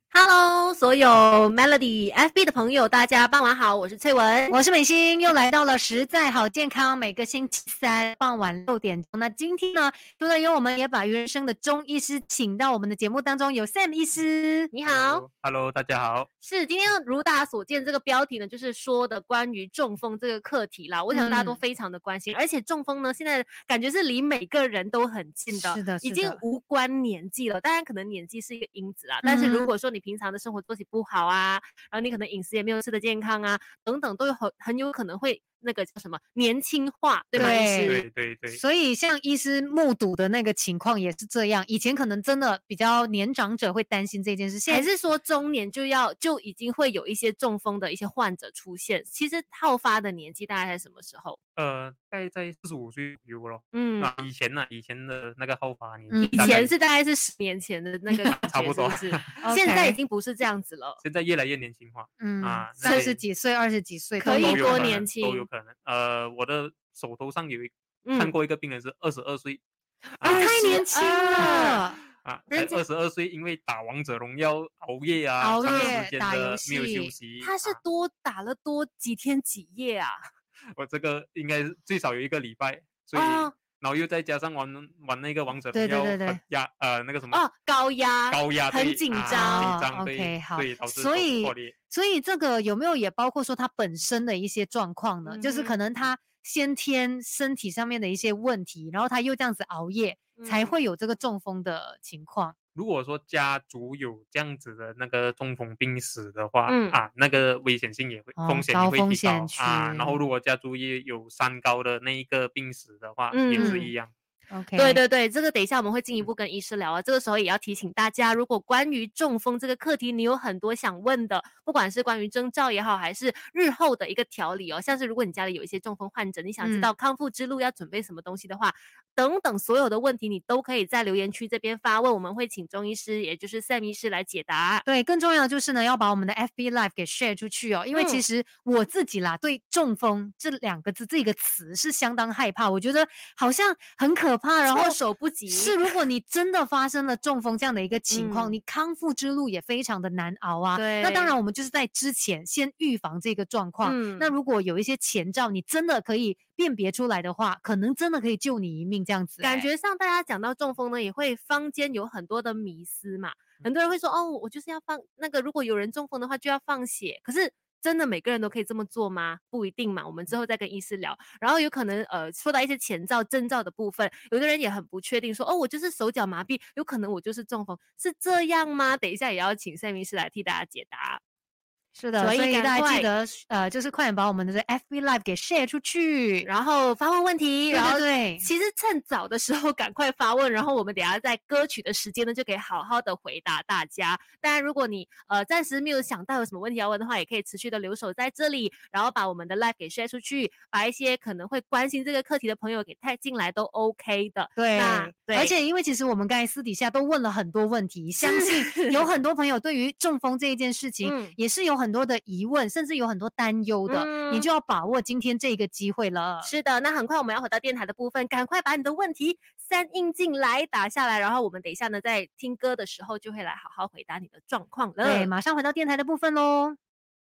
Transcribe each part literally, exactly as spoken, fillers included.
Hello，所有 Melody F B 的朋友，大家傍晚好，我是翠文， 我是美心，又来到了实在好健康，每个星期三傍晚六点钟。那今天呢，除了有我们也把余人生的钟医师请到我们的节目当中，有 Sam 医师， 你好 ，Hello， 大家好。 是今天如大家所见，这个标题呢，就是说的关于中风这个课题啦。我想大家都非常的关心，嗯、而且中风呢，现在感觉是离每个人都很近的， 是的，是的已经无关年纪了。当然，可能年纪是一个因子啊，嗯、但是如果说你平常的生活作息不好啊，然后你可能饮食也没有吃的健康啊，等等，都有很很有可能会那个叫什么年轻化，对吗？ 对对对对。 所以像医师目睹的那个情况也是这样，以前可能真的比较年长者会担心这件事， 还是说中年就要就已经会有一些中风的一些患者出现？其实好发的年纪大概在什么时候？ 呃，大概在四十五岁左右咯。 嗯， 那以前呢、啊，以前的那个好发年纪，以前是大概是十年前的那个差不多， 是现在已经不是这样子了。 现在越来越年轻化。 嗯啊， 三十几岁、二十几岁可以多年轻都有可能。呃，我的手头上有一、嗯、看过一个病人是二十二岁， 啊，太年轻了。 啊，才二十二岁，因为打王者荣耀熬夜啊， 熬夜打游戏没有休息。 他是多打了多几天几夜啊？ 我这个应该是最少有一个礼拜，所以、哦、然后又再加上玩玩那个王者荣耀， 对对对对， 压呃那个什么哦高压高压很紧张， 紧张、 哦、OK 好， 所以所以这个有没有也包括说他本身的一些状况呢？嗯、就是可能他先天身体上面的一些问题，然后他又这样子熬夜，嗯、才会有这个中风的情况。 如果说家族有这样子的那个中风病史的话， 嗯、 啊，那个危险性也会、 哦、 风险也会提高啊。 然后如果家族也有三高的那一个病史的话， 嗯、 也是一样。 Okay. 对对对，这个等一下我们会进一步跟医师聊啊。这个时候也要提醒大家，如果关于中风这个课题，你有很多想问的，不管是关于征兆也好，还是日后的一个调理哦，像是如果你家里有一些中风患者，你想知道康复之路要准备什么东西的话，嗯、等等所有的问题，你都可以在留言区这边发问，我们会请中医师，也就是 Sam 医师来解答。 对，更重要的就是呢，要把我们的 F B Live 给 share 出去哦，因为其实我自己啦，嗯、对中风这两个字这个词是相当害怕，我觉得好像很可怕，然后措手不及。 是，如果你真的发生了中风这样的一个情况， 嗯、 你康复之路也非常的难熬啊。 对， 那当然我们就是在之前先预防这个状况。嗯、那如果有一些前兆，你真的可以辨别出来的话，可能真的可以救你一命这样子、欸。 感觉上大家讲到中风呢，也会坊间有很多的迷思嘛，很多人会说哦，我就是要放那个，如果有人中风的话就要放血，可是真的每个人都可以这么做吗？不一定嘛，我们之后再跟医师聊。然后有可能呃说到一些前兆征兆的部分，有的人也很不确定说哦，我就是手脚麻痹，有可能我就是中风，是这样吗？等一下也要请Sam医师来替大家解答。 是的，所以, 所以大家记得呃，就是快点把我们的 F B Live 给 share 出去， 然后发问问题， 对对对， 然后其实趁早的时候赶快发问，然后我们等一下在歌曲的时间呢，就可以好好的回答大家。当然，如果你呃暂时没有想到有什么问题要问的话，也可以持续的留守在这里，然后把我们的 Live 给 share 出去，把一些可能会关心这个课题的朋友给带进来都 OK 的。 对， 那对， 而且因为其实我们刚才私底下都问了很多问题，相信有很多朋友对于中风这一件事情、嗯、也是有很多的疑问。甚至有很多担忧的、嗯、你就要把握今天这个机会了。 是的，那很快我们要回到电台的部分，赶快把你的问题三印进来打下来，然后我们等一下呢在听歌的时候就会来好好回答你的状况了。 对，马上回到电台的部分咯。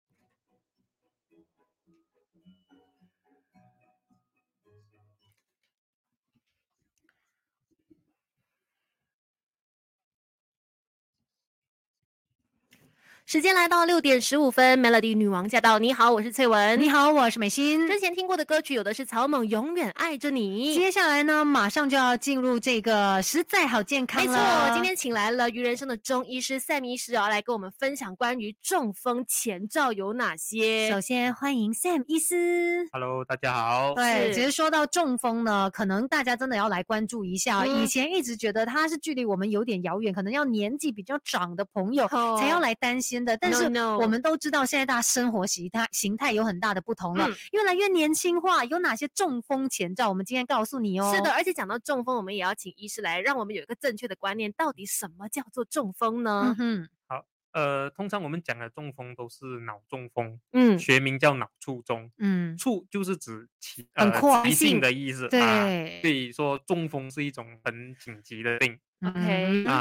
时间来到六点十五分 ，Melody 女王驾到！你好，我是翠文。 你好，我是美心。 之前听过的歌曲有的是草蜢《永远爱着你》， 接下来呢，马上就要进入这个实在好健康了。 没错，今天请来了余人生的中医师Sam医师哦，来跟我们分享关于中风前兆有哪些。 首先欢迎 Sam医师。 Hello， 大家好。 对，其实说到中风呢，可能大家真的要来关注一下。嗯、以前一直觉得它是距离我们有点遥远，可能要年纪比较长的朋友才要来担心。的，但是我们都知道现在大家生活形态形态有很大的不同了、嗯、越来越年轻化，有哪些中风前兆我们今天告诉你哦。 是的，而且讲到中风，我们也要请医师来让我们有一个正确的观念，到底什么叫做中风呢？ 嗯哼， 好，呃，通常我们讲的中风都是脑中风， 嗯， 学名叫脑卒中， 嗯， 卒就是指急很快性的意思， 对、 啊，所以说中风是一种很紧急的病 ，OK 啊。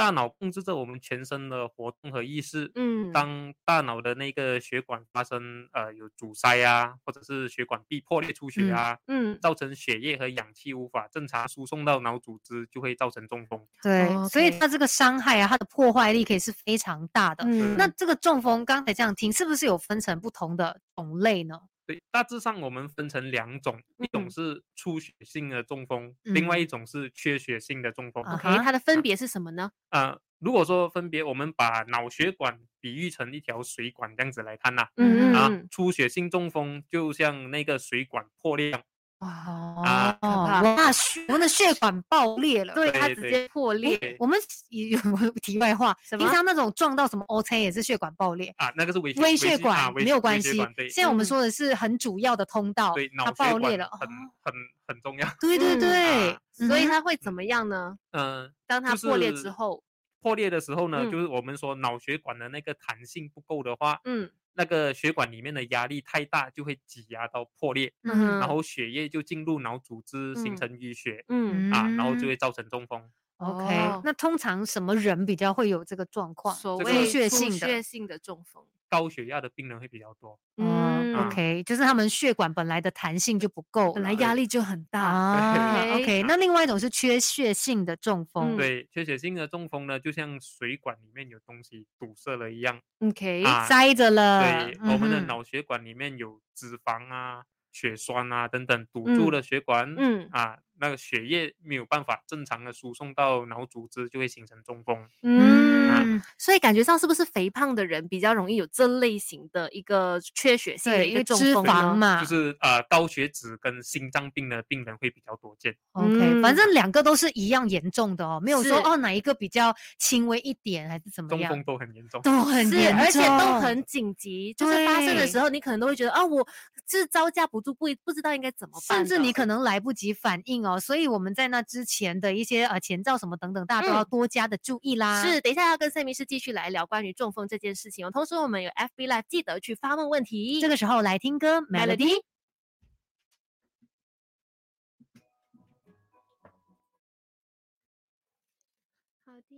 大脑控制着我们全身的活动和意识。 嗯， 当大脑的那个血管发生呃有阻塞啊，或者是血管壁破裂出血啊， 嗯， 造成血液和氧气无法正常输送到脑组织，就会造成中风。 对， 哦所以 ，OK 它这个伤害啊，它的破坏力可以是非常大的。 嗯， 那这个中风刚才这样听，是不是有分成不同的种类呢？ 对，大致上我们分成两种，一种嗯是出血性的中风， 嗯另外一种是缺血性的中风。 啊 OK， 哈它的分别是什么呢？ 呃，如果说分别我们把脑血管比喻成一条水管这样子来看呐、啊， 嗯嗯出血性中风就像那个水管破裂样哦， 可怕哇，血我们的血管爆裂了。 对，它对对直接破裂。 对我们也有题外话， 什么平常那种撞到什么 O C 也是血管爆裂， 啊，那个是微微血啊血管微没有关系微血管。对现在我们嗯说的是很主要的通道对，， 它脑血管爆裂了。 很哦， 很很重要。 对对嗯对啊， 所以嗯哼它会怎么样呢？ 嗯、 当它就破裂之是后， 破裂的时候呢， 嗯就是我们说脑血管的那个弹性不够的话， 嗯那个血管里面的压力太大，就会挤压到破裂， 嗯然后血液就进入脑组织形嗯成淤血、 嗯啊，然后就嗯会造成中风。 ，OK， 哦那通常什么人比较会有这个状况？ 这出所谓个出血性的。 血性的中风。 高血压的病人会比较多。 哦嗯啊 ，OK，就是他们血管本来的弹性就不够了本来压力就很大。 啊对 ，OK， 啊那另外一种是缺血性的中风， 嗯对，缺血性的中风呢，就像水管里面有东西堵塞了一样。 OK， 啊塞着了， 对，我们的嗯哼脑血管里面有脂肪啊、血栓啊等等堵嗯住了血管， 嗯啊，那个血液没有办法正常的输送到脑组织，就会形成中风。 嗯， 嗯， 所以感觉上是不是肥胖的人比较容易有这类型的一个缺血性的对， 一个因为脂中风呢？ 肪嘛， 就是呃高血脂跟心脏病的病人会比较多见。 OK，反嗯正两个都是一样严重的哦，没有说是哦哪一个比较轻微一点还是怎么样中风，都很严重。 都很是， 严重， 而且都很紧急，就是发生的对时候，你可能都会觉得啊，我是招架不住，不不知道应该怎么办的， 甚至你可能来不及反应哦，所以我们在那之前的一些呃前兆什么等等，大家都要嗯多加的注意啦。 是，等一下要跟赛米师继续来聊关于中风这件事情哦。同时，我们有 F B Live，记得去发问问题。 这个时候来听歌 Melody。好的。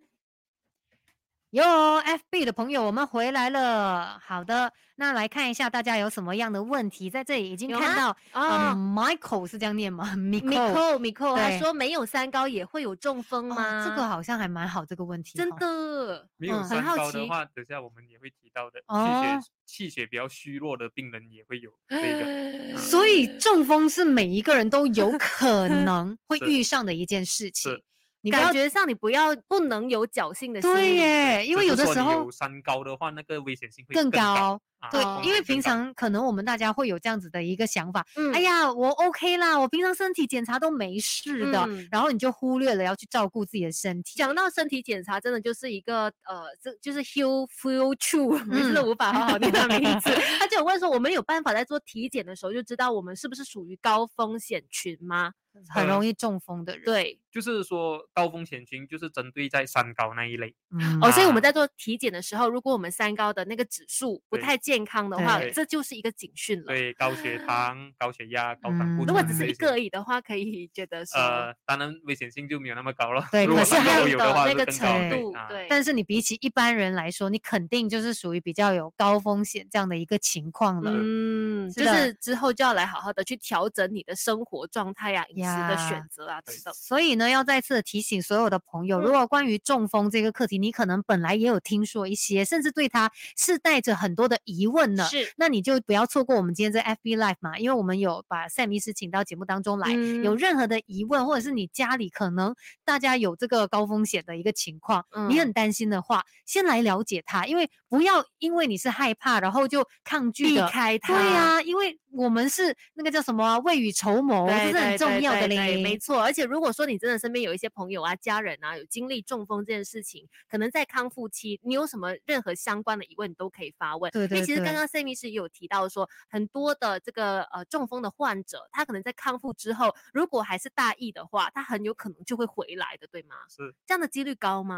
有 F B 的朋友，我们回来了。好的，那来看一下大家有什么样的问题，在这里已经有吗看到， 哦嗯，Michael 是这样念吗 m i ？Michael， k o m i k o 他对说没有三高也会有中风哦吗？ 这个好像还蛮好，这个问题真哦的， 嗯没有三很好奇高的话，等下我们也会提到的， 哦气血气血比较虚弱的病人也会有这个。 所以中风是每一个人都有可能会是遇上的一件事情是。 你不要感觉上你不要不能有侥幸的心对理。 耶，因为只有的时候是说你有三高的话，那个危险性会更高。 高啊对哦， 因为平风险更高常可能我们大家会有这样子的一个想法， 嗯哎呀，我 OK 啦，我平常身体检查都没事的， 嗯然后你就忽略了要去照顾自己的身体。 讲到身体检查，真的就是一个呃，这就是 Hugh Fu Chu，每次嗯都无法好好念他名字。他就有问说，我们有办法在做体检的时候就知道我们是不是属于高风险群吗？ 很容易中风的人，， 对， 就是说高风险群就是针对在三高那一类。 嗯哦，所以我们啊在做体检的时候，如果我们三高的那个指数不对太健康的话， 对这就是一个警讯了。 对，高血糖、高血压、高胆固嗯如果只是一醇这些个而已的话，可以觉得说， 呃，当然危险性就没有那么高了。 对如果三可是还有个都有的话， 那个是更高程度， 对啊对， 但是你比起一般人来说，你肯定就是属于比较有高风险这样的一个情况了。 嗯，就是的是之后就要来好好的去调整你的生活状态啊、饮食的呀选择啊等等。 所以呢，要再次的提醒所有的朋友， 嗯如果关于中风这个课题，你可能本来也有听说一些，甚至对它是带着很多的疑问呢。 是， 那你就不要错过我们今天这 F B Live 嘛，因为我们有把 Sam 医师请到节目当中来， 嗯有任何的疑问，或者是你家里可能大家有这个高风险的一个情况， 嗯你很担心的话，先来了解它，因为不要因为你是害怕，然后就抗拒避的。 开它。 对呀、因为我们是那个叫什么啊未雨绸缪，这对是很重要的对对对嘞。 没错。而且如果说你真的身边有一些朋友啊、家人啊，有经历中风这件事情，可能在康复期，你有什么任何相关的疑问，你都可以发问。 对对对因为其实刚刚 Sam 医师也有提到说，很多的这个呃中风的患者，他可能在康复之后，如果还是大意的话，他很有可能就会回来的，对吗？ 是这样的几率高吗？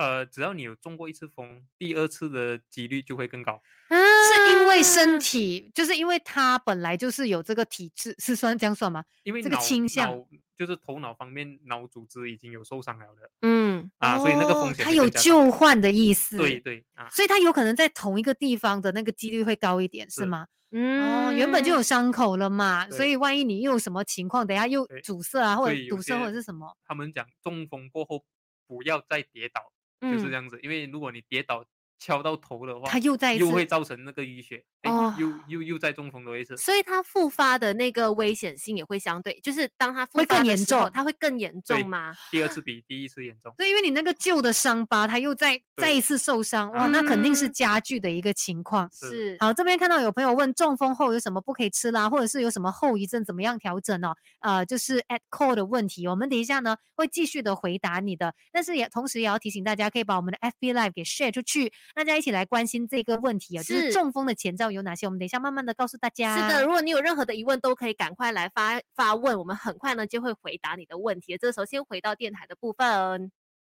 呃，只要你有中过一次风，第二次的几率就会更高。 啊、是因为身体，就是因为他本来就是有这个体质，是算这样算吗？这个因为脑倾向脑就是头脑方面脑组织已经有受伤了的。 嗯啊， 哦， 所以那个风险他有旧换的意思。 对对啊， 所以他有可能在同一个地方的那个几率会高一点，是吗？嗯，哦，原本就有伤口了嘛，所以万一你又有什么情况，等下又阻塞啊，或者堵塞或者是什么， 他们讲中风过后不要再跌倒，嗯、就是这样子，因为如果你跌倒敲到头的话， 他又再一次又会造成那个淤血，哦，又又又再中风的一次， 所以它复发的那个危险性也会相对，就是当它复发会更严重， 它会更严重吗？ 第二次比第一次严重。 对，因为你那个旧的伤疤，它又再再一次受伤，哇，那肯定是加剧的一个情况。 是， 好，这边看到有朋友问中风后有什么不可以吃啦，或者是有什么后遗症，怎么样调整哦？呃，就是 at call 的问题，我们等一下呢会继续的回答你的，但是也同时也要提醒大家，可以把我们的 F B Live 给 share 出去，大家一起来关心这个问题啊，就是中风的前兆有哪些？我们等一下慢慢的告诉大家。 是的，如果你有任何的疑问，都可以赶快来发发问，我们很快呢就会回答你的问题。这个时候先回到电台的部分。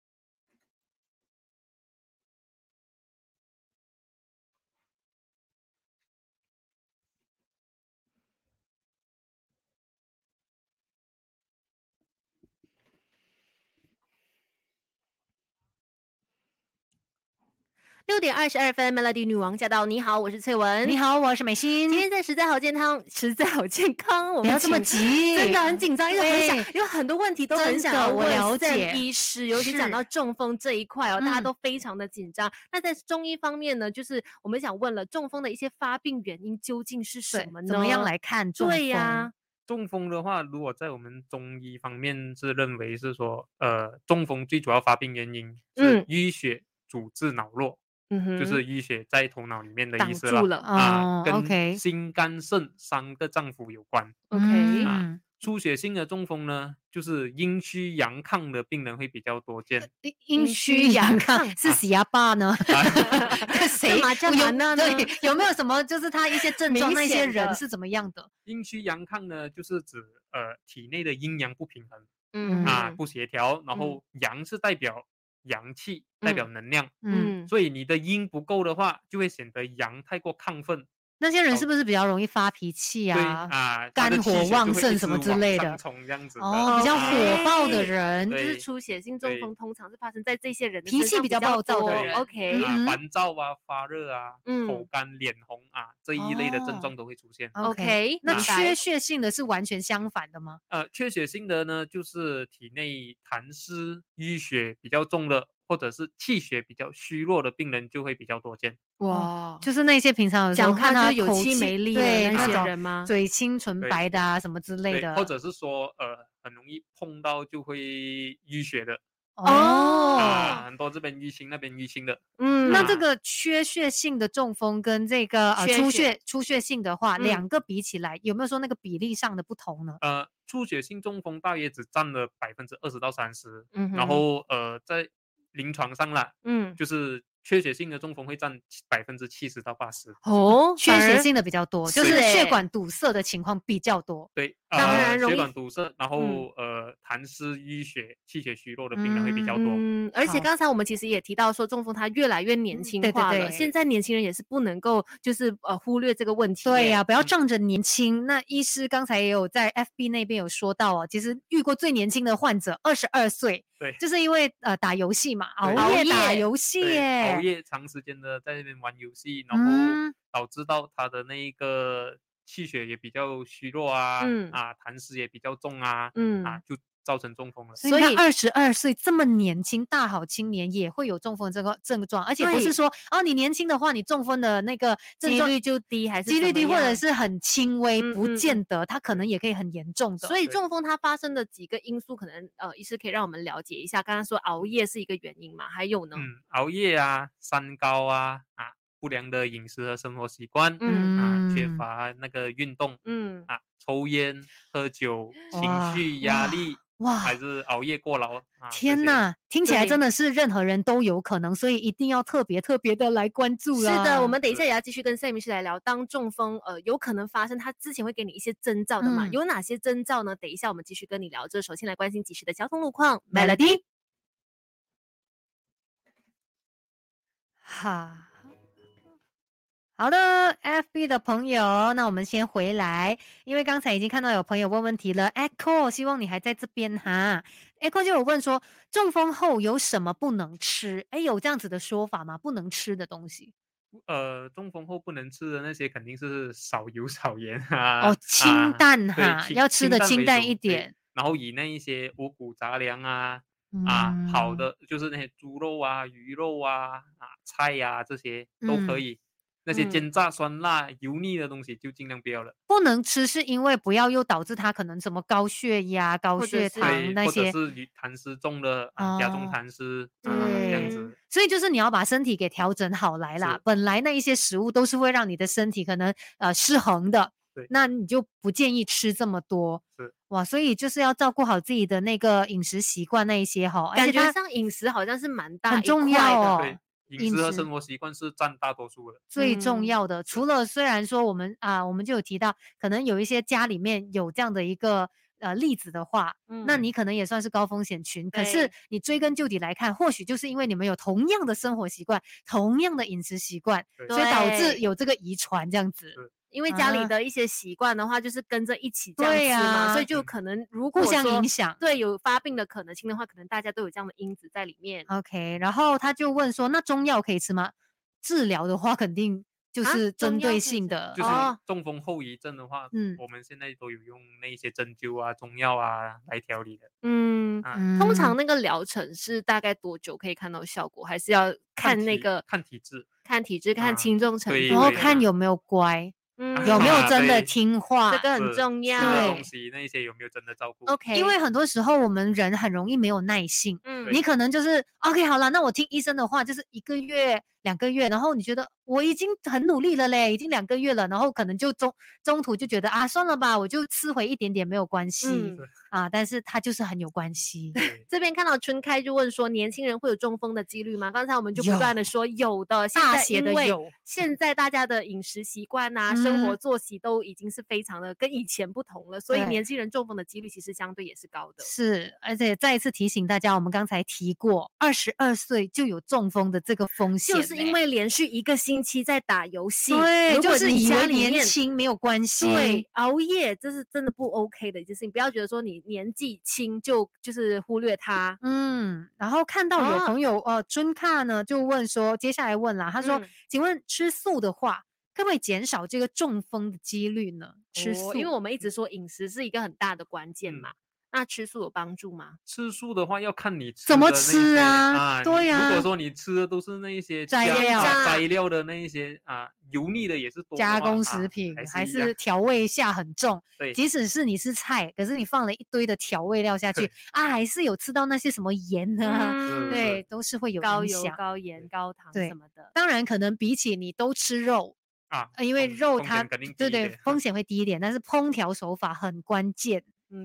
六点二十二分 ，Melody 女王驾到！你好，我是翠文。 你好，我是美心。 今天在实在好健康，实在好健康，我们不要这么急， 真的很紧张，因为很想有很多问题都很想要我了解医师，尤其讲到中风这一块哦，大家都非常的紧张。那在中医方面呢，就是我们想问了，中风的一些发病原因究竟是什么呢？ 怎么样来看中风？ 对呀， 中风的话，如果在我们中医方面是认为是说，呃，中风最主要发病原因是淤血阻滞脑络。嗯哼，就是淤血在头脑里面的意思了， 了啊， 哦、 跟 okay 心肝肾三个脏腑有关。 OK， 啊，出血性的中风呢，就是阴虚阳亢的病人会比较多见。 阴虚阳亢是洗牙爸呢？谁嘛叫嘛呢？ 对，有没有什么就是他一些症状，那些人是怎么样的？ 阴虚阳亢呢，就是指呃体内的阴阳不平衡， 嗯啊不协调，然后阳是代表阳气，代表能量，嗯，所以你的阴不够的话，就会显得阳太过亢奋。 那些人是不是比较容易发脾气啊？ 对啊， 肝火旺盛什么之类的， 哦， 比较火爆的人， 就是出血性中风，通常是发生在这些人的脾气比较暴躁的人。 OK， 烦躁啊、发热啊、口干、脸红啊这一类的症状都会出现。 OK，那缺血性的是完全相反的吗？ 呃，缺血性的呢，就是体内痰湿、淤血比较重的，或者是气血比较虚弱的病人就会比较多见。 哇，就是那些平常有时候看他有气没力的那些人吗？ 嘴清唇白的啊，什么之类的， 或者是说呃，很容易碰到就会淤血的。 哦、 啊，很多这边淤青，那边淤青的。 嗯，那这个缺血性的中风跟这个呃出血出血性的话，两个比起来，有没有说那个比例上的不同呢？ 呃，出血性中风大约只占了百分之二十到三十，然后呃，在临床上啦，嗯，就是缺血性的中风会占百分之七十到八十。 哦，缺血性的比较多，就是血管堵塞的情况比较多。 对，当然血管堵塞，然后呃痰湿、淤血、气血虚弱的病人会比较多。 嗯，而且刚才我们其实也提到说，中风它越来越年轻化了，现在年轻人也是不能够就是呃忽略这个问题。 对呀，不要仗着年轻。那医师刚才也有在 F B 那边有说到哦，其实遇过最年轻的患者二十二岁。 对， 就是因为呃打游戏嘛，熬夜打游戏耶， 熬夜长时间的在那边玩游戏，然后导致到他的那一个气血也比较虚弱啊，嗯啊痰湿也比较重啊，嗯啊就造成中风了。 所以二十二岁这么年轻，大好青年也会有中风这个症状，而且不是说哦你年轻的话，你中风的那个几率就低，还是几率低，或者是很轻微，不见得它可能也可以很严重的。 所以中风它发生的几个因素，可能呃医师可以让我们了解一下。刚刚说熬夜是一个原因嘛，还有呢？ 嗯，熬夜啊，三高啊，啊不良的饮食和生活习惯，嗯啊缺乏那个运动，嗯啊抽烟、喝酒、情绪压力。哇，还是熬夜过劳啊！ 天哪，听起来真的是任何人都有可能，所以一定要特别特别的来关注了。 是的，我们等一下也要继续跟Sam医师来聊，当中风呃有可能发生，他之前会给你一些征兆的嘛？嗯、有哪些征兆呢？等一下我们继续跟你聊。这首先来关心即时的交通路况 ，Melody。 哈。好的 ，F B 的朋友，那我们先回来，因为刚才已经看到有朋友问问题了 ，Echo， 希望你还在这边哈。Echo 就有问说，中风后有什么不能吃？哎，有这样子的说法吗？不能吃的东西？ 呃，中风后不能吃的那些肯定是少油少盐啊， 哦，清淡啊、 哈，要吃的清淡一点。 然后以那一些五谷杂粮啊， 嗯、 啊，好的就是那些猪肉啊、鱼肉啊、啊菜呀、啊、这些都可以。嗯那些煎炸、酸辣、油腻的东西就尽量不要了。 不能吃是因为不要又导致他可能什么高血压、高血糖那些， 或者是痰湿重了啊，甲状痰湿啊这样子。 所以就是你要把身体给调整好来啦。本来那一些食物都是会让你的身体可能呃失衡的，那你就不建议吃这么多。 是哇，所以就是要照顾好自己的那个饮食习惯那一些哈。 感觉上饮食好像是蛮大很重要哦。 对。饮食和生活习惯是占大多数的， 最重要的。嗯、除了虽然说我们啊，我们就有提到，可能有一些家里面有这样的一个呃例子的话，嗯、那你可能也算是高风险群。可是你追根究底来看，或许就是因为你们有同样的生活习惯、同样的饮食习惯，所以导致有这个遗传这样子。 因为家里的一些习惯的话，就是跟着一起这样吃嘛，啊、所以就可能如果互相影响， 对有发病的可能性的话，可能大家都有这样的因子在里面。 OK， 然后他就问说，那中药可以吃吗？治疗的话，肯定就是针对性的， 啊、就是中风后遗症的话，嗯，我们现在都有用那一些针灸啊、中药啊来调理的。 嗯，啊、通常那个疗程是大概多久可以看到效果？还是要看那个看体质， 看体质，看轻重程度， 然后看有没有乖。嗯，有没有真的听话？ 这个很重要。 对，东西那些有没有真的照顾 ？OK， 因为很多时候我们人很容易没有耐性。嗯，你可能就是 OK 好了，那我听医生的话，就是一个月、两个月，然后你觉得我已经很努力了嘞，已经两个月了，然后可能就中中途就觉得啊，算了吧，我就吃回一点点没有关系、嗯、啊，但是它就是很有关系。 这边看到春开就问说，年轻人会有中风的几率吗？刚才我们就不断的说有的，大写的有。现在大家的饮食习惯啊、嗯、生活作息都已经是非常的跟以前不同了，所以年轻人中风的几率其实相对也是高的。 是，而且再一次提醒大家，我们刚才提过，二十二岁就有中风的这个风险、欸， 就是因为连续一个星期在打游戏， 对， 如果就是以为年轻没有关系， 对，熬夜这是真的不 OK 的一件事情，不要觉得说你年纪轻就就是忽略它。 嗯，然后看到有朋友、哦、呃，尊卡呢就问说，接下来问啦，他说，嗯、请问吃素的话，可不可以减少这个中风的几率呢？吃素， 哦、因为我们一直说饮食是一个很大的关键嘛。嗯，那吃素有帮助吗？ 吃素的话要看你吃怎么吃啊， 啊对呀、 啊。如果说你吃的都是那一些材料、 材料的那一些啊，油腻的也是多加工食品， 啊、 还是调味下很重。 对， 即使是你是菜，可是你放了一堆的调味料下去啊，还是有吃到那些什么盐啊，嗯、对，都是会有高影响。 油、高盐、高糖什么的。 当然，可能比起你都吃肉。 啊， 因为肉它对对风险会低一点，但是烹调手法很关键。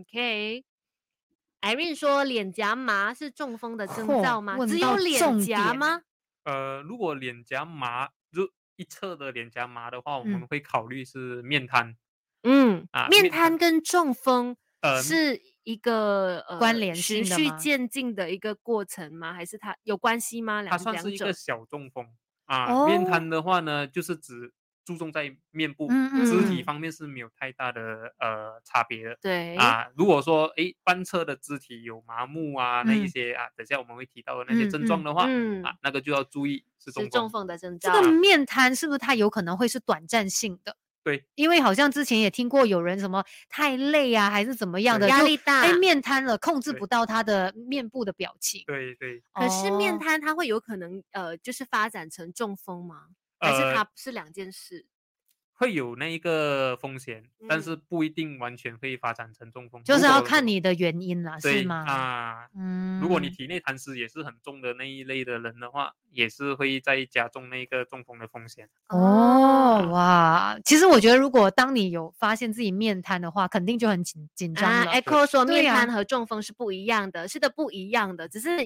OK，Irene 说脸颊麻是中风的征兆吗？只有脸颊吗？ 呃，如果脸颊麻，就一侧的脸颊麻的话，我们会考虑是面瘫。 嗯，啊、面瘫跟中风是一个、呃、 关联性的吗？ 循序渐进的一个过程吗？还是它有关系吗？ 它算是一个小中风啊。哦、面瘫的话呢，就是指注重在面部，嗯嗯肢体方面是没有太大的呃差别的。 对啊，如果说诶半侧的肢体有麻木啊、嗯、那一些啊，等下我们会提到的那些症状的话，嗯嗯、啊，那个就要注意是中风。 是中风的征兆。 这个面瘫是不是它有可能会是短暂性的？ 对， 因为好像之前也听过有人什么太累啊，还是怎么样的， 压力大， 哎，面瘫了，控制不到他的面部的表情。 对对。 可是面瘫它会有可能呃，就是发展成中风吗？还是它是两件事？ 呃会有那一个风险，嗯、但是不一定完全会发展成中风， 就是要看你的原因啦，是吗？ 啊，嗯，如果你体内痰湿也是很重的那一类的人的话，也是会再加重那个中风的风险。 哦，啊、哇，其实我觉得，如果当你有发现自己面瘫的话，肯定就很紧紧张了。 啊、Echo 说面瘫和中风是不一样的，是的，不一样的，只是也。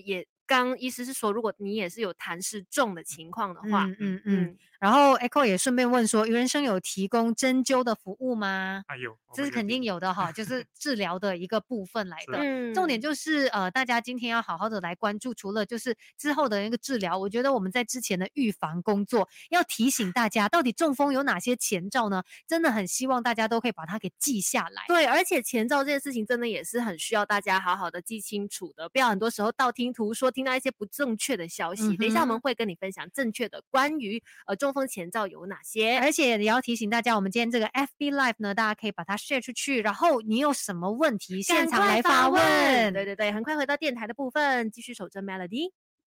刚医师是说，如果你也是有痰湿重的情况的话， 嗯嗯嗯。然后 Echo 也顺便问说，余人生有提供针灸的服务吗？ 啊有， 这是肯定有的哈，就是治疗的一个部分来的。重点就是呃，大家今天要好好的来关注，除了就是之后的那个治疗，我觉得我们在之前的预防工作要提醒大家，到底中风有哪些前兆呢？真的很希望大家都可以把它给记下来。 对，而且前兆这件事情真的也是很需要大家好好的记清楚的，不要很多时候道听途说，听到一些不正确的消息。嗯、等一下我们会跟你分享正确的关于呃中风前兆有哪些， 而且也要提醒大家，我们今天这个 F B Live 呢，大家可以把它 share 出去，然后你有什么问题现场来发问。 对对对，很快回到电台的部分，继续守着 Melody。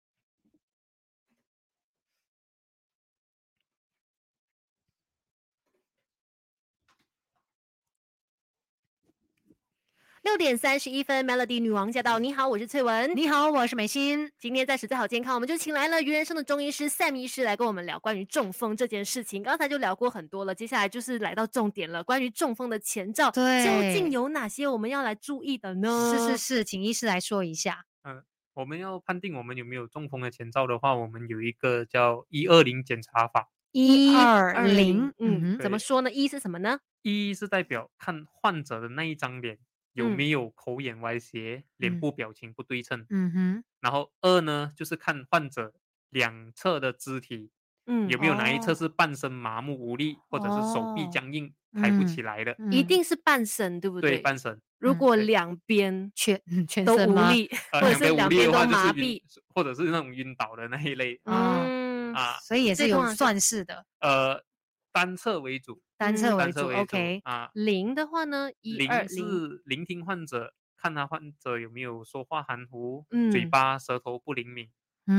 六点三十一分 ，Melody 女王驾到！你好，我是翠文。 你好，我是美心。 今天在实在好健康，我们就请来了余人生的中医师 Sam 医师来跟我们聊关于中风这件事情。刚才就聊过很多了，接下来就是来到重点了，关于中风的前兆， 对， 究竟有哪些我们要来注意的呢？ 是是是，请医师来说一下。 嗯、呃，我们要判定我们有没有中风的前兆的话，我们有一个叫一二零检查法。 一二零， 嗯，怎么说呢？一是什么呢？ 一是代表看患者的那一张脸。有没有口眼歪斜、嗯、脸部表情不对称？ 嗯哼。 然后二呢，就是看患者两侧的肢体，嗯，有没有哪一侧是半身麻木无力，哦、或者是手臂僵硬、哦、抬不起来的？ 嗯、一定是半身，对不对？ 对，半身。 如果两边全全都无力， 呃、 或者是两边都麻痹，或者是那种晕倒的那一类， 嗯啊，所以也是有算是的。 呃，单侧为主。 单侧为主 ，OK 啊。 零的话呢，一二零是聆听患者，看他患者有没有说话含糊， 嗯、 嘴巴、舌头不灵敏。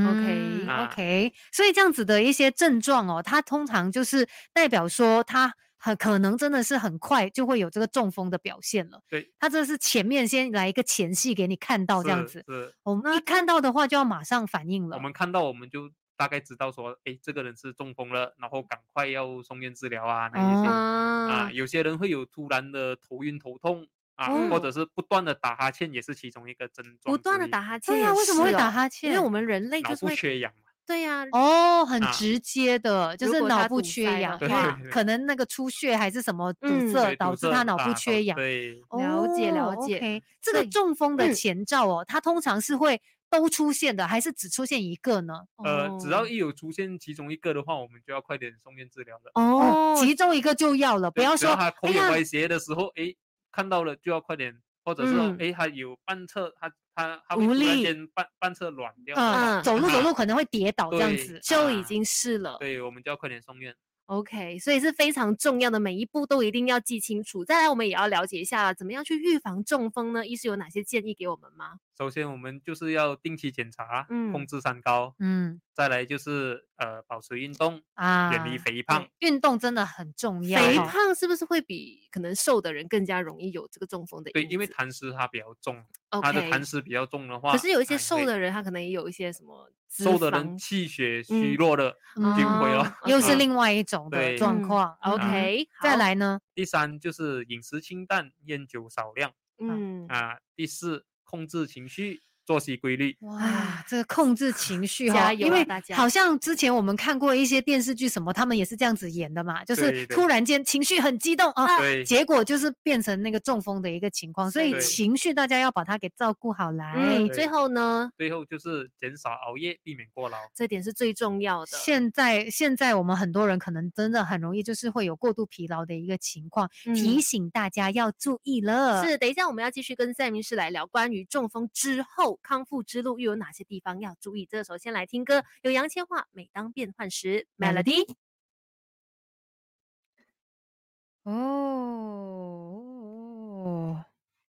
OK OK，、啊、所以这样子的一些症状哦，它通常就是代表说他很可能真的是很快就会有这个中风的表现了。 对， 他这是前面先来一个前戏给你看到这样子。 是， 我们一看到的话就要马上反应了。 我们看到我们就大概知道说，哎，这个人是中风了，然后赶快要送院治疗啊，那一些、哦、啊，有些人会有突然的头晕头痛啊、哦，或者是不断的打哈欠，也是其中一个症状。 不断的打哈欠， 对啊，为什么会打哈欠？ 因为我们人类就是脑部缺氧嘛。 对呀、 啊，哦，很直接的，啊、就是脑部缺氧的话，可能那个出血还是什么堵塞、嗯、导致他脑部缺氧。 对， 哦、 了解了解。 Okay， 这个中风的前兆哦，它通常是会都出现的，还是只出现一个呢？ 呃，只要一有出现其中一个的话，我们就要快点送院治疗了。 哦，其中一个就要了，不要说他口眼歪斜的时候，哎，看到了就要快点，或者是哎、嗯，他有半侧他。他他会突然间半半侧软掉， 嗯，走路走路可能会跌倒这样子， 就已经是了。 对，我们就要快点送院。 OK， 所以是非常重要的，每一步都一定要记清楚。再来，我们也要了解一下怎么样去预防中风呢？医师有哪些建议给我们吗？ 首先，我们就是要定期检查，嗯，控制三高， 嗯， 再来就是呃保持运动啊，远离肥胖。 运动真的很重要。 肥胖是不是会比可能瘦的人更加容易有这个中风的？ 对，因为痰湿它比较重， okay， 它的痰湿比较重的话， 可是有一些瘦的人，他可能也有一些什么瘦的人气血虚弱的就会了， 嗯，又是另外一种的状况。 嗯、OK，、嗯、 再来呢？ 第三就是饮食清淡，烟酒少量。嗯啊，第四控制情绪。作息规律。 哇，这个控制情绪哈，因为好像之前我们看过一些电视剧什么，他们也是这样子演的嘛，就是突然间情绪很激动啊，结果就是变成那个中风的一个情况，所以情绪大家要把它给照顾好来。 嗯，最后呢？ 最后就是减少熬夜，避免过劳， 这点是最重要的。 现在现在我们很多人可能真的很容易就是会有过度疲劳的一个情况，嗯、提醒大家要注意了。 是，等一下我们要继续跟赛明师来聊关于中风之后康复之路又有哪些地方要注意。这个时候先来听歌，有杨千嬅《每当变幻时》 Melody。 哦，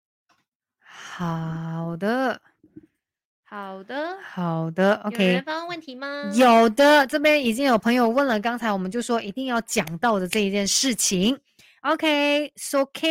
好的好的好的 OK， 有人发问问题吗？ 有的，这边已经有朋友问了，刚才我们就说一定要讲到的这一件事情。OK， so Ken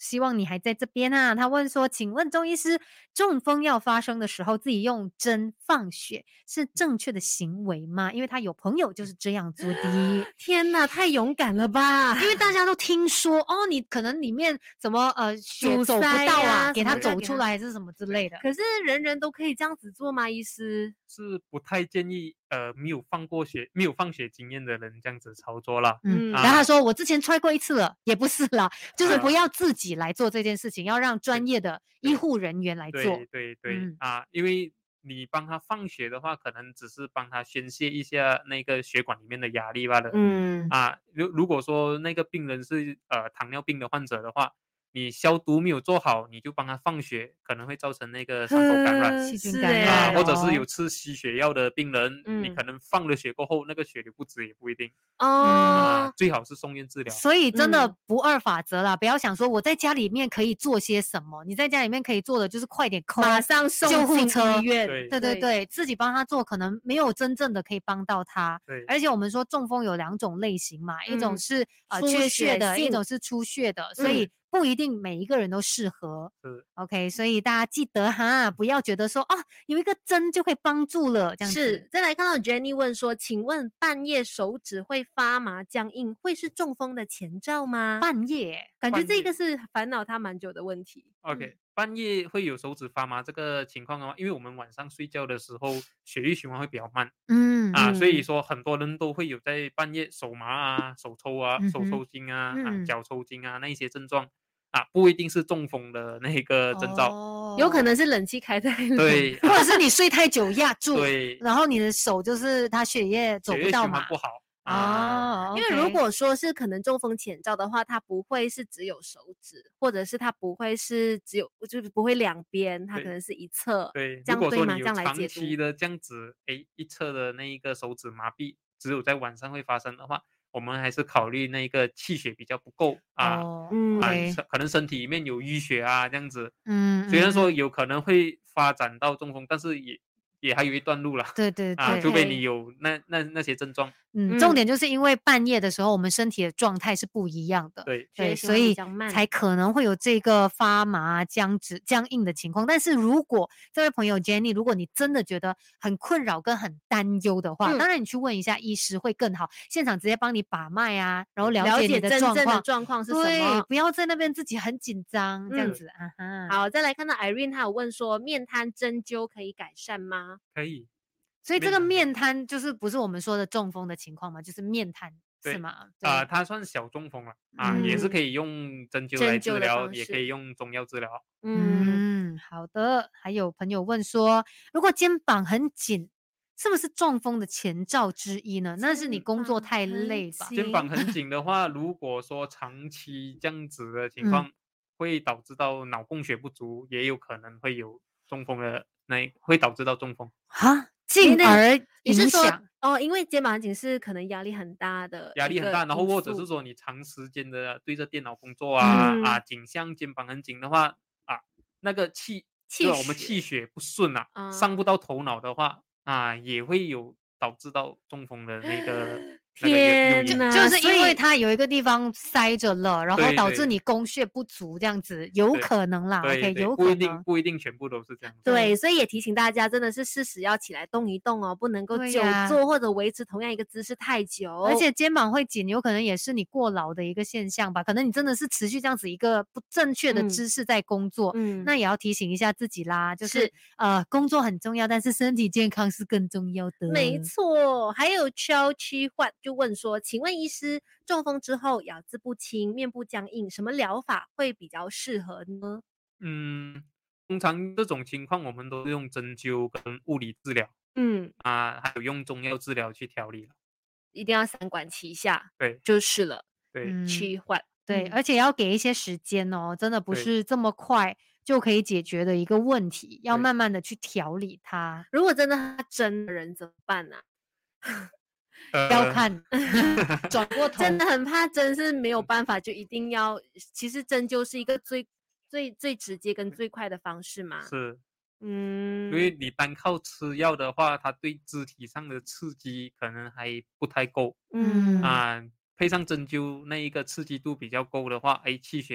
希望你还在这边啊。他问说，请问中医师，中风要发生的时候，自己用针放血是正确的行为吗？因为他有朋友就是这样做的。 天哪，太勇敢了吧！ 因为大家都听说哦，你可能里面怎么呃血走不到啊，给他走出来还是什么之类的。 可是人人都可以这样子做吗？医师是不太建议呃没有放过血、没有放血经验的人这样子操作啦。 嗯，然后他说我之前揣过一次了，也不是啦，就是不要自己来做这件事情，要让专业的医护人员来做。 对对对、嗯、啊，因为你帮他放血的话，可能只是帮他宣泄一下那个血管里面的压力罢了。嗯啊，如如果说那个病人是呃糖尿病的患者的话，你消毒没有做好，你就帮他放血，可能会造成那个伤口感染、 细菌感染、 啊，或者是有吃吸血药的病人，嗯、你可能放了血过后，那个血流不止也不一定。哦、啊，最好是送院治疗。 所以真的不二法则啦，嗯、不要想说我在家里面可以做些什么，你在家里面可以做的就是快点call 马上送救护车， 医院。 对对对对，自己帮他做，可能没有真正的可以帮到他。 对， 而且我们说中风有两种类型嘛，嗯、一种是呃缺血的，一种是出血的，所以。不一定每一个人都适合， 是 OK， 所以大家记得哈，不要觉得说啊有一个针就可以帮助了，这样子。 是，再来看到 Jenny 问说，请问半夜手指会发麻僵硬，会是中风的前兆吗？ 半夜， 感觉这个是烦恼他蛮久的问题。 OK，、嗯、半夜会有手指发麻这个情况的话，因为我们晚上睡觉的时候血液循环会比较慢，嗯啊，所以说很多人都会有在半夜手麻啊、手抽啊、嗯、手抽筋啊、嗯、啊、脚抽筋啊那一些症状。啊，不一定是中风的那个征兆， 哦、有可能是冷气开太冷， 对， 或者是你睡太久压住， 对， 然后你的手就是它血液走不到嘛， 血液循环不好啊、哦。因为如果说是可能中风前兆的话，它不会是只有手指，或者是它不会是只有，就是不会两边，它可能是一侧。 对， 这样对吗？ 如果说你有长期的这样子，哎，一侧的那一个手指麻痹，只有在晚上会发生的话。我们还是考虑那个气血比较不够啊， 哦、 啊， okay. 可能身体里面有淤血啊，这样子。嗯，虽然说有可能会发展到中风，但是也也还有一段路了。 对对对， 啊，除非你有那那那些症状。 嗯，重点就是因为半夜的时候，我们身体的状态是不一样的， 对对，所以才可能会有这个发麻、僵直、僵硬的情况。但是如果这位朋友 Jenny， 如果你真的觉得很困扰跟很担忧的话，嗯、当然你去问一下医师会更好，现场直接帮你把脉啊，然后了解你的状况， 真正的状况是什么， 对，不要在那边自己很紧张、嗯、这样子啊哈。 好，再来看到 Irene， 她有问说，面瘫针灸可以改善吗？ 可以。 所以这个面瘫就是不是我们说的中风的情况吗？就是面瘫是吗？ 啊、呃，它算小中风了啊、嗯，也是可以用针灸来治疗，也可以用中药治疗。 嗯，好的。还有朋友问说，如果肩膀很紧，是不是中风的前兆之一呢？那是你工作太累吧？ 肩膀很紧的话，如果说长期这样子的情况，嗯、会导致到脑供血不足，也有可能会有中风的那会导致到中风哈。进而影响哦，因为肩膀紧是可能压力很大的， 压力很大，然后或者是说你长时间的对着电脑工作啊、嗯、啊，颈项肩膀很紧的话啊，那个气气我们气血不顺啊，嗯、上不到头脑的话啊，也会有导致到中风的那个。 天哪， 就是因为它有一个地方塞着了，然后导致你供血不足，这样子有可能啦。 对 ，OK， 有可能，不一定不一定全部都是这样。 对，所以也提醒大家，真的是适时要起来动一动哦，不能够久坐或者维持同样一个姿势太久。 而且肩膀会紧，有可能也是你过劳的一个现象吧？可能你真的是持续这样子一个不正确的姿势在工作，嗯，那也要提醒一下自己啦，就是、是呃，工作很重要，但是身体健康是更重要的。 没错，还有超区换。就问说，请问医师，中风之后咬字不清、面部僵硬，什么疗法会比较适合呢？ 嗯，通常这种情况我们都用针灸跟物理治疗，嗯啊，还有用中药治疗去调理了。 一定要三管齐下， 对， 就是了。 对， 区换， 对、嗯，而且要给一些时间哦，真的不是这么快就可以解决的一个问题，要慢慢的去调理它。 如果真的他真的人怎么办呢、 啊？要看转过头， 真的很怕针是没有办法，就一定要。其实针灸是一个最最最直接跟最快的方式嘛。 是，嗯，因为你单靠吃药的话，它对肢体上的刺激可能还不太够。嗯啊，配上针灸那一个刺激度比较够的话，哎，气血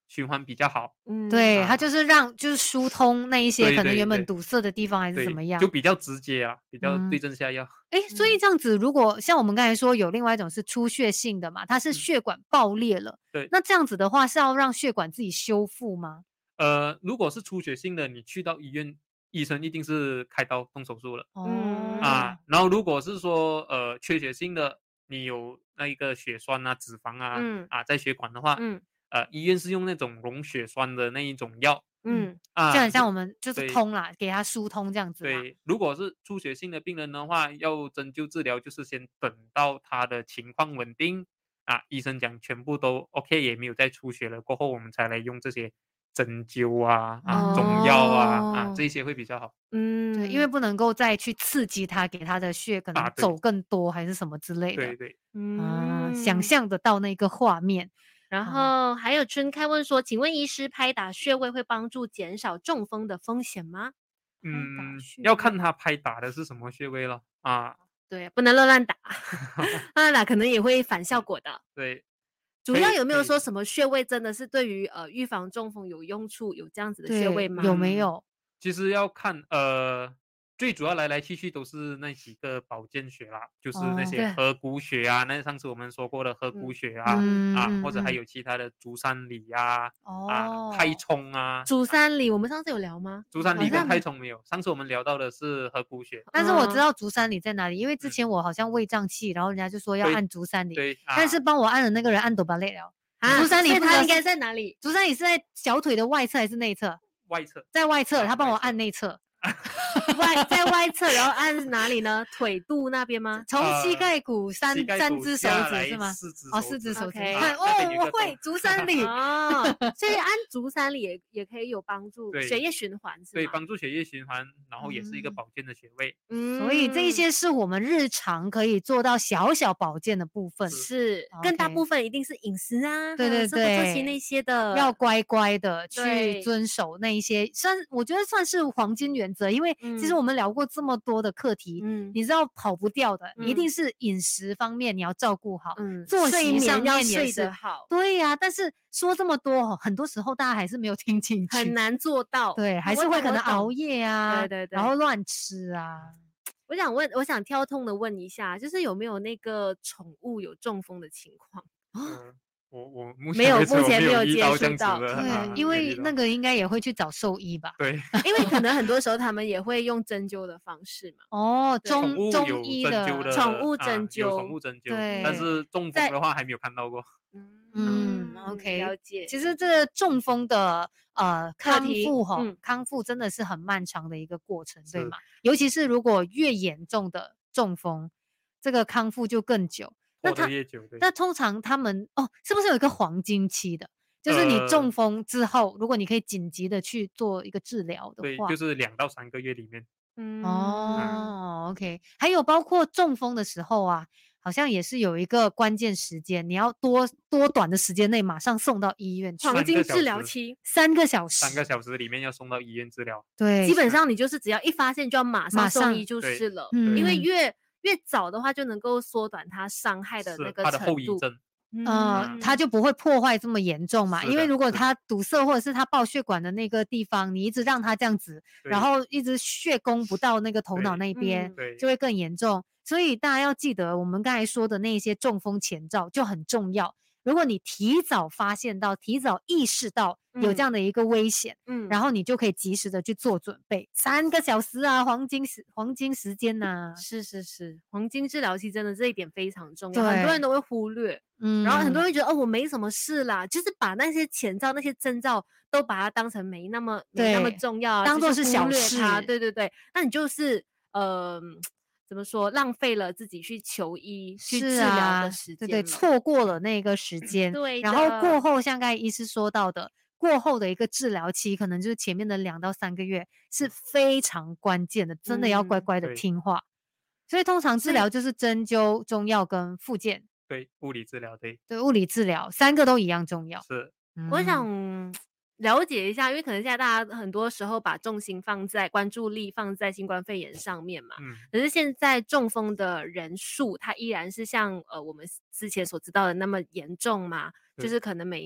循环比较好。 嗯，对，它就是让就是疏通那一些可能原本堵塞的地方还是怎么样， 就比较直接啊，比较对症下药。 哎、嗯，所以这样子，如果像我们刚才说有另外一种是出血性的嘛，它是血管爆裂了， 对， 那这样子的话是要让血管自己修复吗？ 呃，如果是出血性的，你去到医院，医生一定是开刀动手术了。 哦， 啊，然后如果是说呃缺血性的，你有那一个血栓啊、脂肪啊，嗯、啊在血管的话，嗯，呃，医院是用那种溶血栓的那一种药， 嗯，啊，就很像我们就是通啦，给它疏通这样子。 对，如果是出血性的病人的话，要针灸治疗，就是先等到他的情况稳定啊，医生讲全部都 OK， 也没有再出血了，过后我们才来用这些针灸啊、啊中药啊、啊这些会比较好。 嗯，对，因为不能够再去刺激他，给他的血可能走更多还是什么之类的。 对对， 嗯，想象得到那个画面。 然后还有春开问说，请问医师拍打穴位会帮助减少中风的风险吗？ 嗯，要看他拍打的是什么穴位了啊。 对，不能乱乱打，乱乱打可能也会反效果的。 对， 主要有没有说什么穴位真的是对于呃预防中风有用处？有这样子的穴位吗？ 有没有？ 其实要看呃。最主要来来去去都是那几个保健穴啦，就是那些合谷穴啊，那上次我们说过的合谷穴啊，嗯、啊，或者还有其他的足三里啊，哦、啊，太冲啊。 足三里我们上次有聊吗？ 足三里跟太冲没有，上次我们聊到的是合谷穴。 但是我知道足三里在哪里，因为之前我好像胃胀气，然后人家就说要按足三里， 对，啊、 但是帮我按的那个人按抖巴累了。 足三里它应该在哪里？ 足三里是在小腿的外侧还是内侧？ 外侧， 在外侧，他帮我按内侧。 外在外侧，然后按哪里呢？腿肚那边吗？ 从膝盖骨三三只手指是吗？哦，四只手指。哦，我会足三里哦，所以按足三里也也可以有帮助血液循环，是吗？ 对，帮助血液循环，然后也是一个保健的穴位。 嗯，所以这一些是我们日常可以做到小小保健的部分， 是更大部分一定是饮食啊， 对对对， 生活作息那些的， 要乖乖的去遵守那一些，算我觉得算是黄金原则，因为其实我们聊过这么多的课题，嗯，你知道跑不掉的，一定是饮食方面你要照顾好，嗯，作息上面也是好， 对呀。但是说这么多，很多时候大家还是没有听进去， 很难做到， 对，还是会可能熬夜啊， 对对对， 然后乱吃啊。 我想问，我想跳痛的问一下，就是有没有那个宠物有中风的情况？ 嗯，我我没有，目前没有接触到， 对， 因为那个应该也会去找兽医吧？ 对， 因为可能很多时候他们也会用针灸的方式嘛。 哦，中中医的宠物针灸， 有宠物针灸，对，但是中风的话还没有看到过。 嗯 ，OK， 了解。 其实这中风的呃康复哈，康复真的是很漫长的一个过程，对吗？尤其是如果越严重的中风，这个康复就更久。 那他那通常他们哦，是不是有一个黄金期的？就是你中风之后，如果你可以紧急的去做一个治疗的话， 对，就是两到三个月里面。 嗯，哦 ，OK， 还有包括中风的时候啊。好像也是有一个关键时间，你要多多短的时间内马上送到医院去。 黄金治疗期三个小时， 三个小时里面要送到医院治疗。 对， 基本上你就是只要一发现就要马上送医就是了，因为越越早的话就能够缩短它伤害的那个程度。 它的后遗症， 呃，它就不会破坏这么严重嘛。因为如果它堵塞或者是它爆血管的那个地方，你一直让它这样子，然后一直血攻不到那个头脑那边，就会更严重。所以大家要记得，我们刚才说的那些中风前兆就很重要。如果你提早发现到、提早意识到有这样的一个危险，嗯，然后你就可以及时的去做准备。三个小时啊，黄金时黄金时间呐、 啊，是是是，黄金治疗期真的这一点非常重要，很多人都会忽略，嗯，然后很多人会觉得哦，我没什么事啦，就是把那些前兆、那些征兆都把它当成没那么没那么重要， 当做是小事， 对对对，那你就是呃。怎么说？浪费了自己去求医、去治疗的时间， 对对，错过了那个时间。 对， 然后过后，像刚才医师说到的，过后的一个治疗期，可能就是前面的两到三个月是非常关键的，真的要乖乖的听话。所以通常治疗就是针灸、中药跟复健。 对，物理治疗对。 对，物理治疗三个都一样重要。 是， 我想。了解一下，因为可能现在大家很多时候把重心放在关注力放在新冠肺炎上面嘛，嗯，可是现在中风的人数它依然是像呃我们之前所知道的那么严重嘛，就是可能每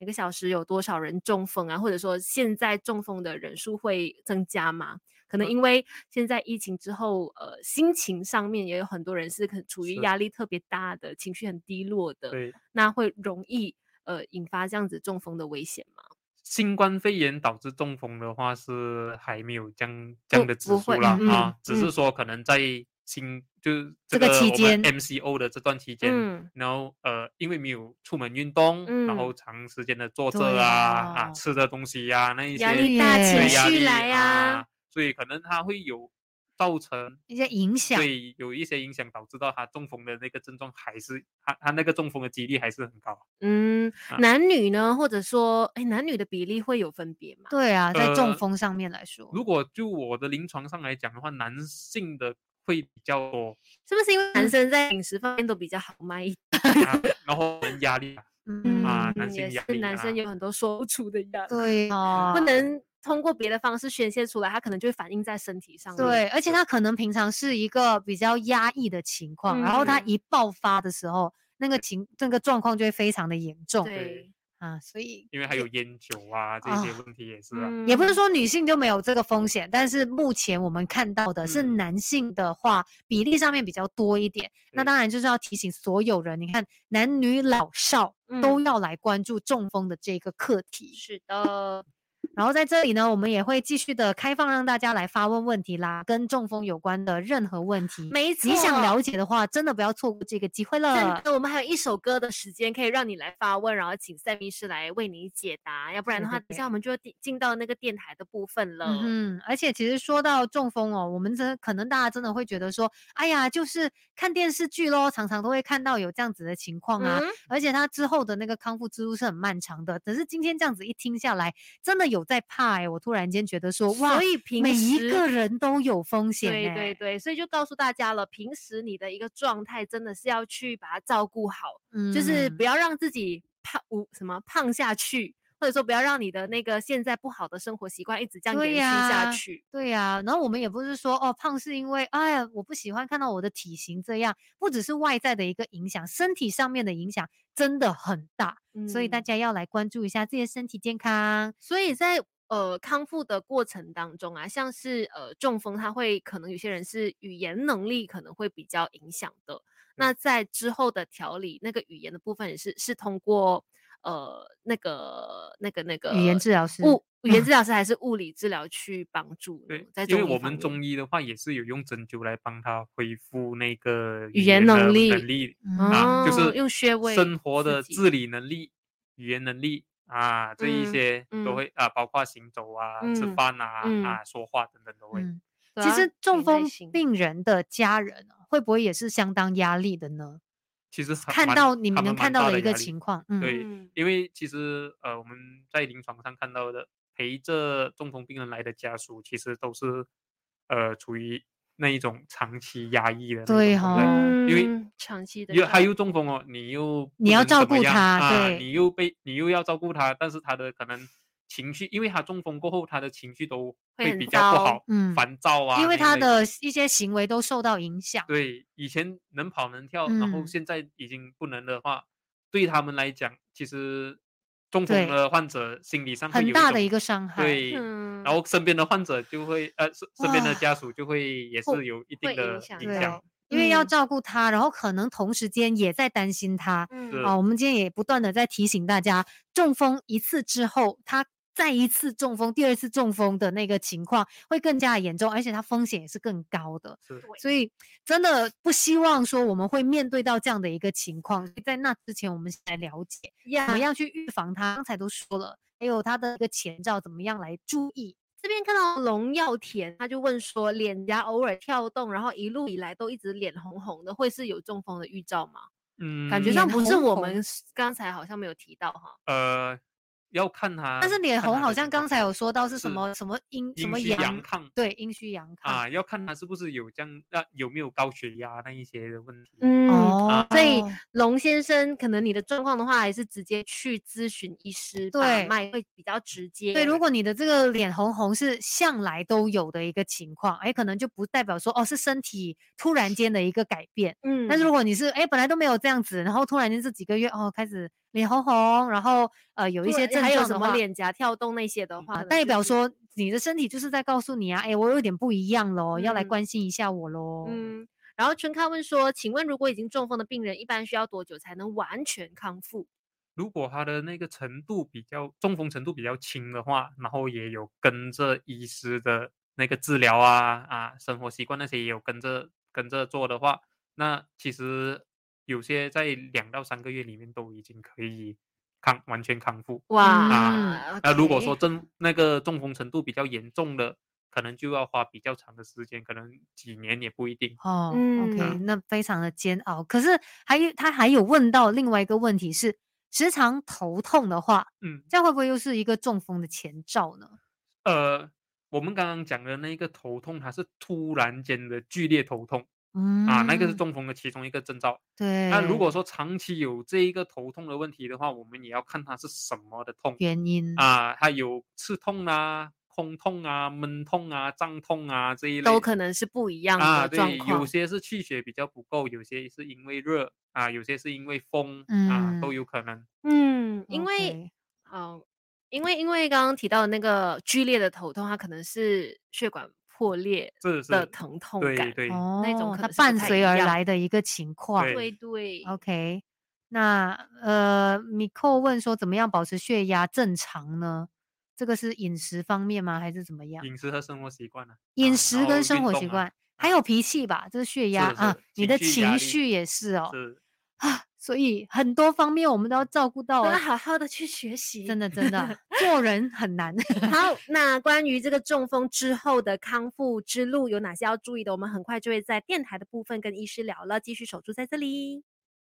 每个小时有多少人中风啊，或者说现在中风的人数会增加吗？可能因为现在疫情之后，呃，心情上面也有很多人是可处于压力特别大的，情绪很低落的， 对， 那会容易呃引发这样子中风的危险吗？ 新冠肺炎导致中风的话是还没有这样这样的指数啦、 嗯、 啊，只是说可能在新就是这个期间 M C O 的这段期间，嗯、然后呃因为没有出门运动，嗯、然后长时间的坐着啊、哦、啊吃的东西呀、啊、那一些压力大情绪来啊， 啊， 所以可能它会有造成一些影响， 对，有一些影响导致到他中风的那个症状还是他他那个中风的几率还是很高。 嗯，啊、男女呢，或者说哎，男女的比例会有分别吗？ 对啊，在中风上面来说， 呃、如果就我的临床上来讲的话，男性的会比较多， 是不是因为男生在饮食方面都比较豪迈一点， 啊、然后压力啊，嗯啊，男性压力、啊， 男生有很多说不出的压力， 对啊， 不能通过别的方式宣泄出来，他可能就会反映在身体上面。 对，而且他可能平常是一个比较压抑的情况，嗯、然后他一爆发的时候，那个情这个状况就会非常的严重。 对啊，所以因为还有烟酒啊这些问题也是啊、 嗯，也不是说女性就没有这个风险，但是目前我们看到的是男性的话、嗯、比例上面比较多一点。那当然就是要提醒所有人，你看男女老少都要来关注中风的这个课题。 嗯、是的。 然后在这里呢，我们也会继续的开放让大家来发问问题啦，跟中风有关的任何问题， 没错， 你想了解的话，真的不要错过这个机会了。 真的，我们还有一首歌的时间可以让你来发问，然后请Sam医师来为你解答，要不然的话，等一下我们就进到那个电台的部分了。 嗯，而且其实说到中风哦，我们真可能大家真的会觉得说，哎呀，就是看电视剧咯，常常都会看到有这样子的情况啊，嗯、而且他之后的那个康复之路是很漫长的。可是今天这样子一听下来，真的有在怕哎、欸，我突然间觉得说，哇， 所以平时每一个人都有风险、欸， 对对对，所以就告诉大家了，平时你的一个状态真的是要去把它照顾好，嗯、就是不要让自己胖无什么胖下去。或者说不要让你的那个现在不好的生活习惯一直这样延续下去。 对呀、啊，然后我们也不是说哦胖是因为哎呀我不喜欢看到我的体型这样，不只是外在的一个影响，身体上面的影响真的很大，嗯、所以大家要来关注一下自己的身体健康。 所以在呃康复的过程当中啊，像是呃中风，它会可能有些人是语言能力可能会比较影响的。那在之后的调理，那个语言的部分也是是通过。呃，那个、那个、那个语言治疗师， 物语言治疗师还是物理治疗去帮助？ 对， 在因为我们中医的话也是有用针灸来帮他恢复那个语言能力， 能力、 嗯、 啊，就是用穴位、 生活的自理能力、语言能力啊，这一些都会、嗯、啊，包括行走啊、嗯、吃饭啊、嗯、啊、说话等等都会。 嗯、其实中风病人的家人会不会也是相当压力的呢？ 其实看到你们能看到的一个情况， 嗯、对，因为其实呃我们在临床上看到的陪着中风病人来的家属，其实都是呃处于那一种长期压抑的， 对哈、 哦， 因为长期的又还有中风哦，你又你要照顾他， 啊、 对， 你又被你又要照顾他，但是他的可能。情绪，因为他中风过后，他的情绪都会比较不好， 嗯， 烦躁啊， 因为他的一些行为都受到影响。 对，以前能跑能跳， 嗯、 然后现在已经不能的话，对他们来讲，其实中风的患者心理上会有很大的一个伤害。 对，嗯、然后身边的患者就会，呃，身边的家属就会也是有一定的影响。 因为要照顾他，然后可能同时间也在担心他。嗯、啊，我们今天也不断的在提醒大家，中风一次之后，他再一次中风，第二次中风的那个情况会更加严重，而且它风险也是更高的。所以真的不希望说我们会面对到这样的一个情况。在那之前，我们先来了解怎么样去预防它。刚才都说了，还有它的一个前兆怎么样来注意。 这边看到龙耀田，他就问说，脸颊偶尔跳动，然后一路以来都一直脸红红的，会是有中风的预兆吗？嗯，感觉上不是我们刚才好像没有提到哈。 呃。要看他， 但是脸红好像刚才有说到是什么什么阴什么阳亢， 对，阴虚阳亢啊，要看他是不是有这样，那、啊、有没有高血压那一些的问题。 嗯，哦，所以龙先生，可能你的状况的话，还是直接去咨询医师把脉会比较直接。 对，如果你的这个脸红红是向来都有的一个情况，哎，可能就不代表说哦是身体突然间的一个改变。嗯，但是如果你是哎本来都没有这样子，然后突然间这几个月哦开始脸红红，然后呃有一些症状的话， 还有什么脸颊跳动那些的话， 啊、代表说你的身体就是在告诉你啊，哎，我有点不一样咯、嗯、要来关心一下我咯。 嗯，然后春康问说，请问如果已经中风的病人，一般需要多久才能完全康复？ 如果他的那个程度比较中风程度比较轻的话，然后也有跟着医师的那个治疗啊啊，生活习惯那些也有跟着跟着做的话，那其实有些在两到三个月里面都已经可以康完全康复。 哇啊，那、 okay 如果说真那个中风程度比较严重的，可能就要花比较长的时间，可能几年也不一定。 哦、嗯、，OK， 那非常的煎熬。可是还有他还有问到另外一个问题是，时常头痛的话，嗯，这样会不会又是一个中风的前兆呢？ 呃，我们刚刚讲的那个头痛，它是突然间的剧烈头痛，嗯，啊，那个是中风的其中一个征兆。 对。 那如果说长期有这一个头痛的问题的话，我们也要看它是什么的痛原因啊，它有刺痛啊、空痛啊、闷痛啊、胀痛啊这一类， 都可能是不一样的状况。 啊，对，有些是气血比较不够，有些是因为热啊，有些是因为风、嗯、啊，都有可能。 嗯，因为好。Okay. 因为因为刚刚提到的那个剧烈的头痛，它可能是血管破裂的疼痛感， 对对， 哦， 那种可能它伴随而来的一个情况， 对对。 OK， 那呃，米寇问说怎么样保持血压正常呢？这个是饮食方面吗？还是怎么样？ 饮食和生活习惯啊， 饮食跟生活习惯， 啊还有脾气吧，这是血压是是啊，你的情绪绪也是哦， 是啊，所以很多方面我们都要照顾到， 要好好的去学习， 真的真的，做人很难。 好，那关于这个中风之后的康复之路有哪些要注意的，我们很快就会在电台的部分跟医师聊了，继续守住在这里。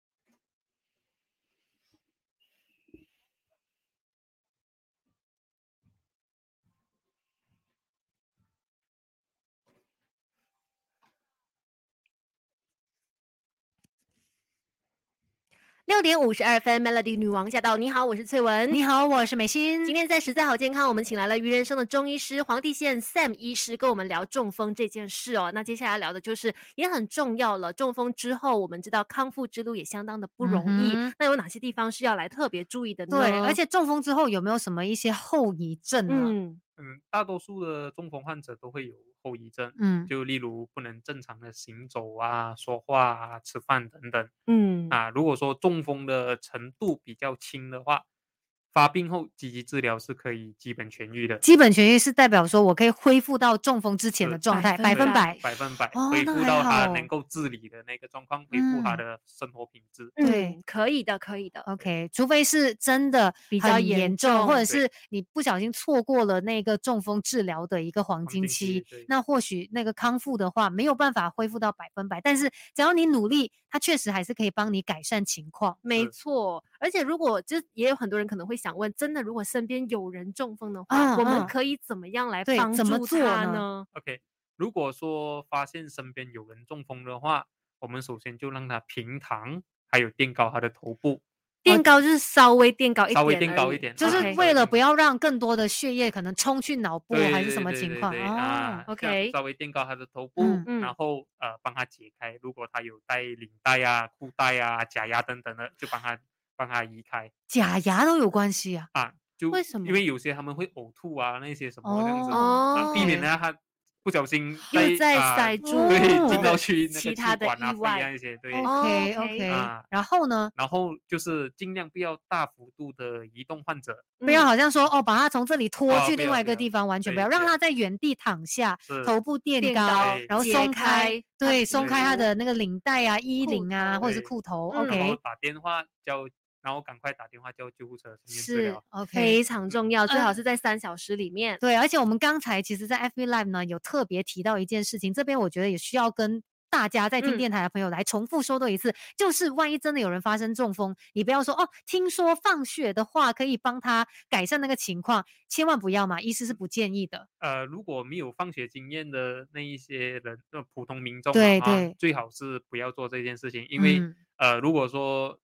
六点五十二分 ，Melody 女王驾到！你好，我是翠文。 你好，我是美心。 今天在实在好健康，我们请来了鱼人生的中医师黄帝县 Sam 医师，跟我们聊中风这件事哦。那接下来聊的就是也很重要了。中风之后，我们知道康复之路也相当的不容易。嗯、那有哪些地方是要来特别注意的呢？ 对，而且中风之后有没有什么一些后遗症呢？ 嗯嗯，大多数的中风患者都会有后遗症，嗯，就例如不能正常的行走啊、说话啊、吃饭等等，嗯啊，如果说中风的程度比较轻的话，发病后积极治疗是可以基本痊愈的。 基本痊愈是代表说我可以恢复到中风之前的状态，百分百， 百分百，哦、恢复到他能够自理的那个状况，恢复他的生活品质。 嗯、对，可以的，可以的。 OK， 除非是真的比较严重， 或者是你不小心错过了那个中风治疗的一个黄金期，那或许那个康复的话没有办法恢复到百分百，但是只要你努力，它确实还是可以帮你改善情况。 没错，而且如果就也有很多人可能会想问，真的如果身边有人中风的话，啊、我们可以怎么样来帮助他呢 ？OK， 如果说发现身边有人中风的话，我们首先就让他平躺，还有垫高他的头部。 垫高就是稍微垫高一点， 稍微垫高一点， 就是为了不要让更多的血液可能冲去脑部还是什么情况啊 ？OK， 稍微垫高他的头部，嗯、然后呃帮他解开，如果他有带领带啊、裤带啊、假牙等等的，就帮他帮他移开。 假牙都有关系啊？ 啊，就为什么？ 因为有些他们会呕吐啊，那些什么这样子，哦、避免呢他。不小心又再塞住， 啊、对，进到去那个气管啊、肺啊一些，对 ，OK OK，啊，然后呢？ 然后就是尽量不要大幅度的移动患者， 不要好像说哦，把他从这里拖去另外一个地方，完全不要，让他在原地躺下，头部垫高，然后松开，对，松开他的那个领带啊、衣领啊，或者是裤头 ，OK， 打电话叫。然后赶快打电话叫救护车，是 ，OK， 非常重要，最好是在三小时里面。 对，而且我们刚才其实，在 F B Live 呢有特别提到一件事情，这边我觉得也需要跟大家在听电台的朋友来重复说多一次，嗯、就是万一真的有人发生中风，你不要说哦，听说放血的话可以帮他改善那个情况，千万不要嘛，医师是不建议的。 呃，如果没有放血经验的那一些人，呃，普通民众对对、 啊，最好是不要做这件事情，因为、嗯、呃，如果说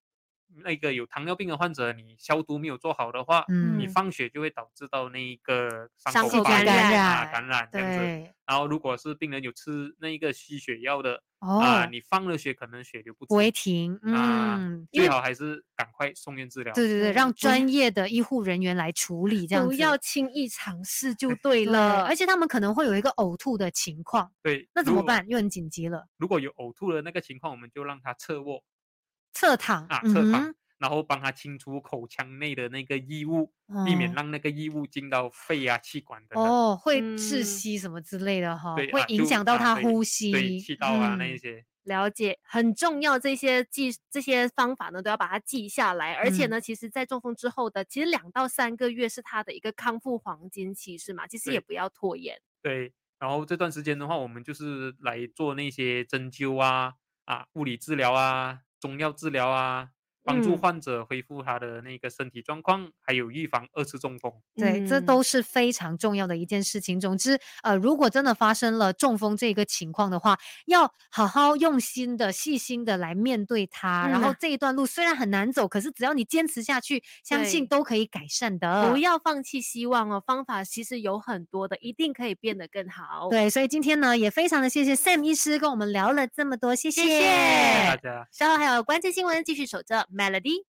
那个有糖尿病的患者，你消毒没有做好的话，嗯，你放血就会导致到那个伤口感染啊感染这样子。 对。 然后如果是病人有吃那个吸血药的，哦、啊，你放了血可能血流不止， 不会停，嗯、 啊，最好还是赶快送院治疗。 对对对，让专业的医护人员来处理，这样子不要轻易尝试就对了。 而且他们可能会有一个呕吐的情况， 对， 那怎么办？又很紧急了。 如果有呕吐的那个情况，我们就让他侧卧。 侧躺啊，侧躺，嗯、然后帮他清除口腔内的那个异物，哦、避免让那个异物进到肺啊、气管等等。 哦，会窒息什么之类的哈， 嗯、 会影响到他呼吸， 啊、对气道啊、嗯、那一些。 了解，很重要。这些记这些方法呢，都要把它记下来。而且呢，嗯、其实，在中风之后的，其实两到三个月是他的一个康复黄金期，是吗？其实也不要拖延。 对，然后这段时间的话，我们就是来做那些针灸啊、啊物理治疗啊。中药治疗啊，帮助患者恢复他的那个身体状况，嗯、还有预防二次中风。 对，嗯、这都是非常重要的一件事情。总之，呃，如果真的发生了中风这个情况的话，要好好用心的、细心的来面对它。嗯、然后这一段路虽然很难走，可是只要你坚持下去，相信都可以改善的。 不要放弃希望哦，方法其实有很多的，一定可以变得更好。 对，所以今天呢，也非常的谢谢 Sam 医师跟我们聊了这么多，谢谢， 谢谢大家。 稍后还有关键新闻，继续守着 Melody。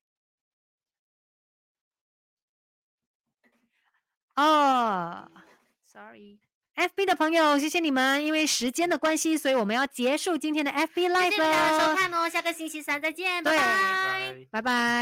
哦 ，Sorry。F B 的朋友，谢谢你们，因为时间的关系，所以我们要结束今天的 F B Live 了。 谢谢大家收看哦，下个星期三再见，拜拜， 拜拜。 拜拜。